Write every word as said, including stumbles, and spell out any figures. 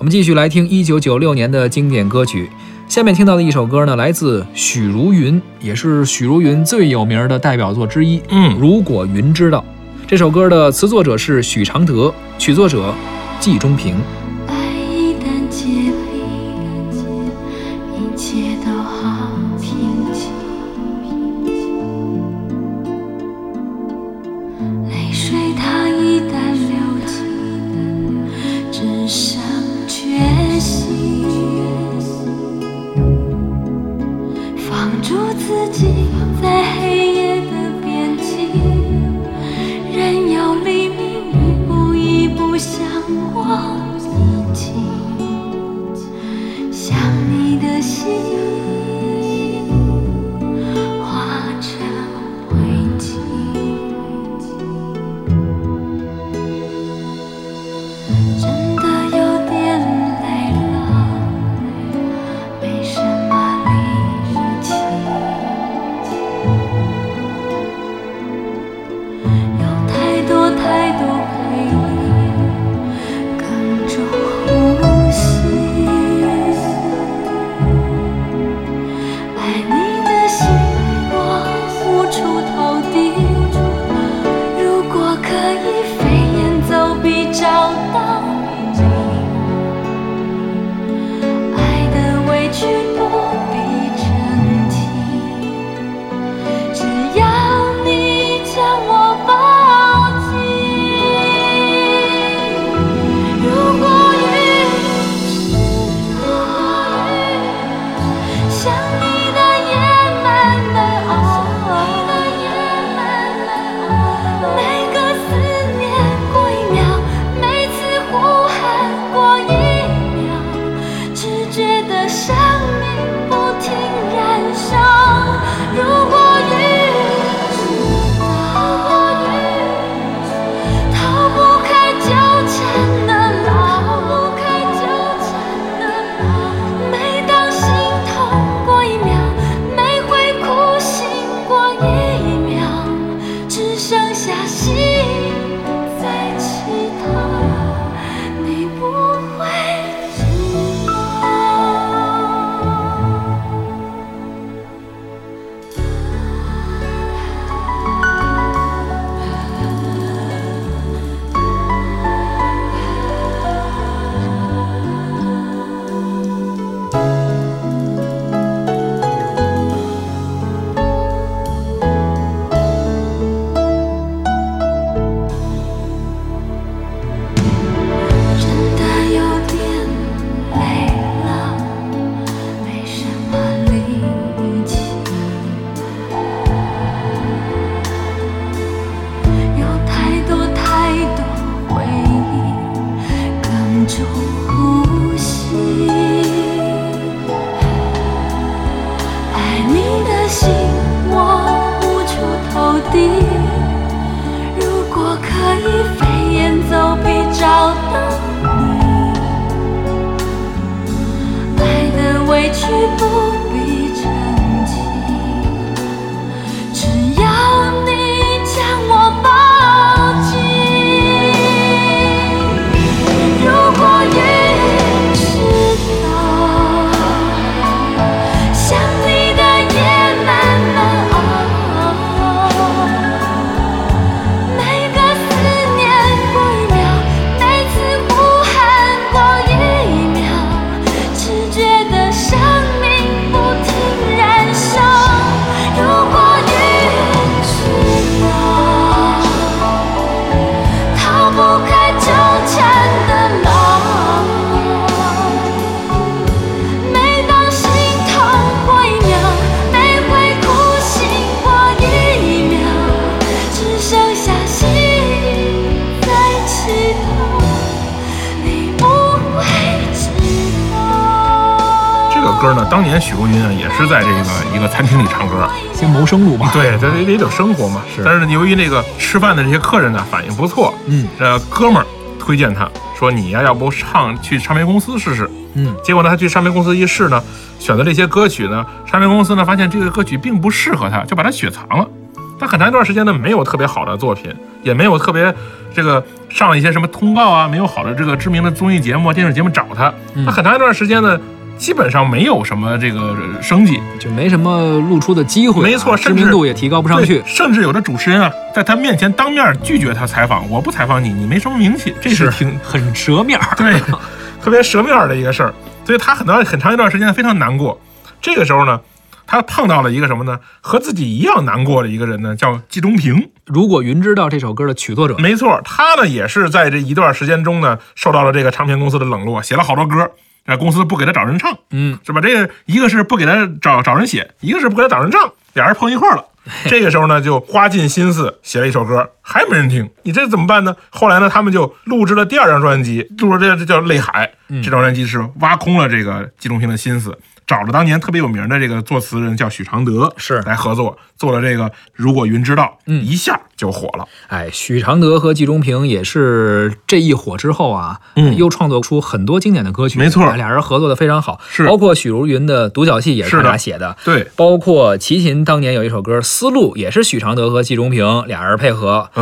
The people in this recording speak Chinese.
们继续来听一九九六年的经典歌曲。下面听到的一首歌呢，来自许茹芸，也是许茹芸最有名的代表作之一。 嗯， 如果云知道。这首歌的词作者是许常德，曲作者季中平。 爱一旦结冰，一切都好平静，泪水它一旦流尽，只剩决心，放逐自己在黑夜的边境，任由黎明一步一步向我逼近，想你的心化成灰烬，真的有点累了，没什么力气，有太多太多回忆哽住呼吸，爱你的心我无处投递，如果可以飞檐走壁找到你，爱的委屈不必澄清，只要你将我抱紧。如果云知道，想你的夜慢慢熬，每个思念过一秒，每次呼喊过一秒，只觉得生命不停燃烧。如果云知道，逃不开纠缠的牢，每当心痛过一秒，每回哭醒过一秒，只剩下心在祈祷你不会知道。真的有点累了，没什么力气，有太多太多回忆哽住呼吸，爱你的心我无处投递，如果可以飞檐走壁找到你，爱的委屈不必澄清，只要你将我抱紧。如果云知道，想你的夜慢慢熬，每个思念过一秒，每次呼喊过一秒，只觉得生命不停燃烧。如果云知道，逃不开纠缠的牢，每当心痛过一秒，每回哭醒过一秒，只剩下心在祈祷你不会知道。 这个歌呢，当年许茹芸啊也是在这个一个餐厅里唱歌， 先谋生路吧。 对，这得得有生活嘛。 是但是由于那个吃饭的这些客人呢反应不错， 嗯， 这哥们儿推荐他说你呀、要不唱去唱片公司试试。 嗯， 结果呢，他去唱片公司一试呢，选择这些歌曲呢，唱片公司呢发现这个歌曲并不适合他，就把它雪藏了。 他很长一段时间呢没有特别好的作品，也没有特别这个上一些什么通告啊，没有好的这个知名的综艺节目、电视节目找他。他很长一段时间呢，基本上没有什么这个生计， 就没什么露出的机会、啊， 没错， 知名度也提高不上去。 甚至有的主持人啊，在他面前当面拒绝他采访，我不采访你，你没什么名气，这是挺很折面儿， 对，特别折面儿的一个事儿。所以他很长很长一段时间非常难过。这个时候呢，他碰到了一个什么呢？和自己一样难过的一个人呢，叫季中平。 如果云知道这首歌的曲作者， 没错，他呢也是在这一段时间中呢，受到了这个唱片公司的冷落，写了好多歌。那公司不给他找人唱， 嗯， 是吧？这个一个是不给他找找人写，一个是不给他找人唱，俩人碰一块了。这个时候呢，就花尽心思写了一首歌，还没人听，你这怎么办呢？后来呢，他们就录制了第二张专辑，录了这这叫《泪海》。这张专辑是挖空了这个季中平的心思，找了当年特别有名的这个作词人叫许常德， 是来合作做了这个《如果云知道》， 嗯， 一下就火了。 哎，许常德和季中平也是这一火之后啊， 嗯， 又创作出很多经典的歌曲， 没错， 俩人合作的非常好， 是包括许茹芸的《独角戏》也是他俩写的， 对， 包括齐秦当年有一首歌《丝路》，也是许常德和季中平俩人配合。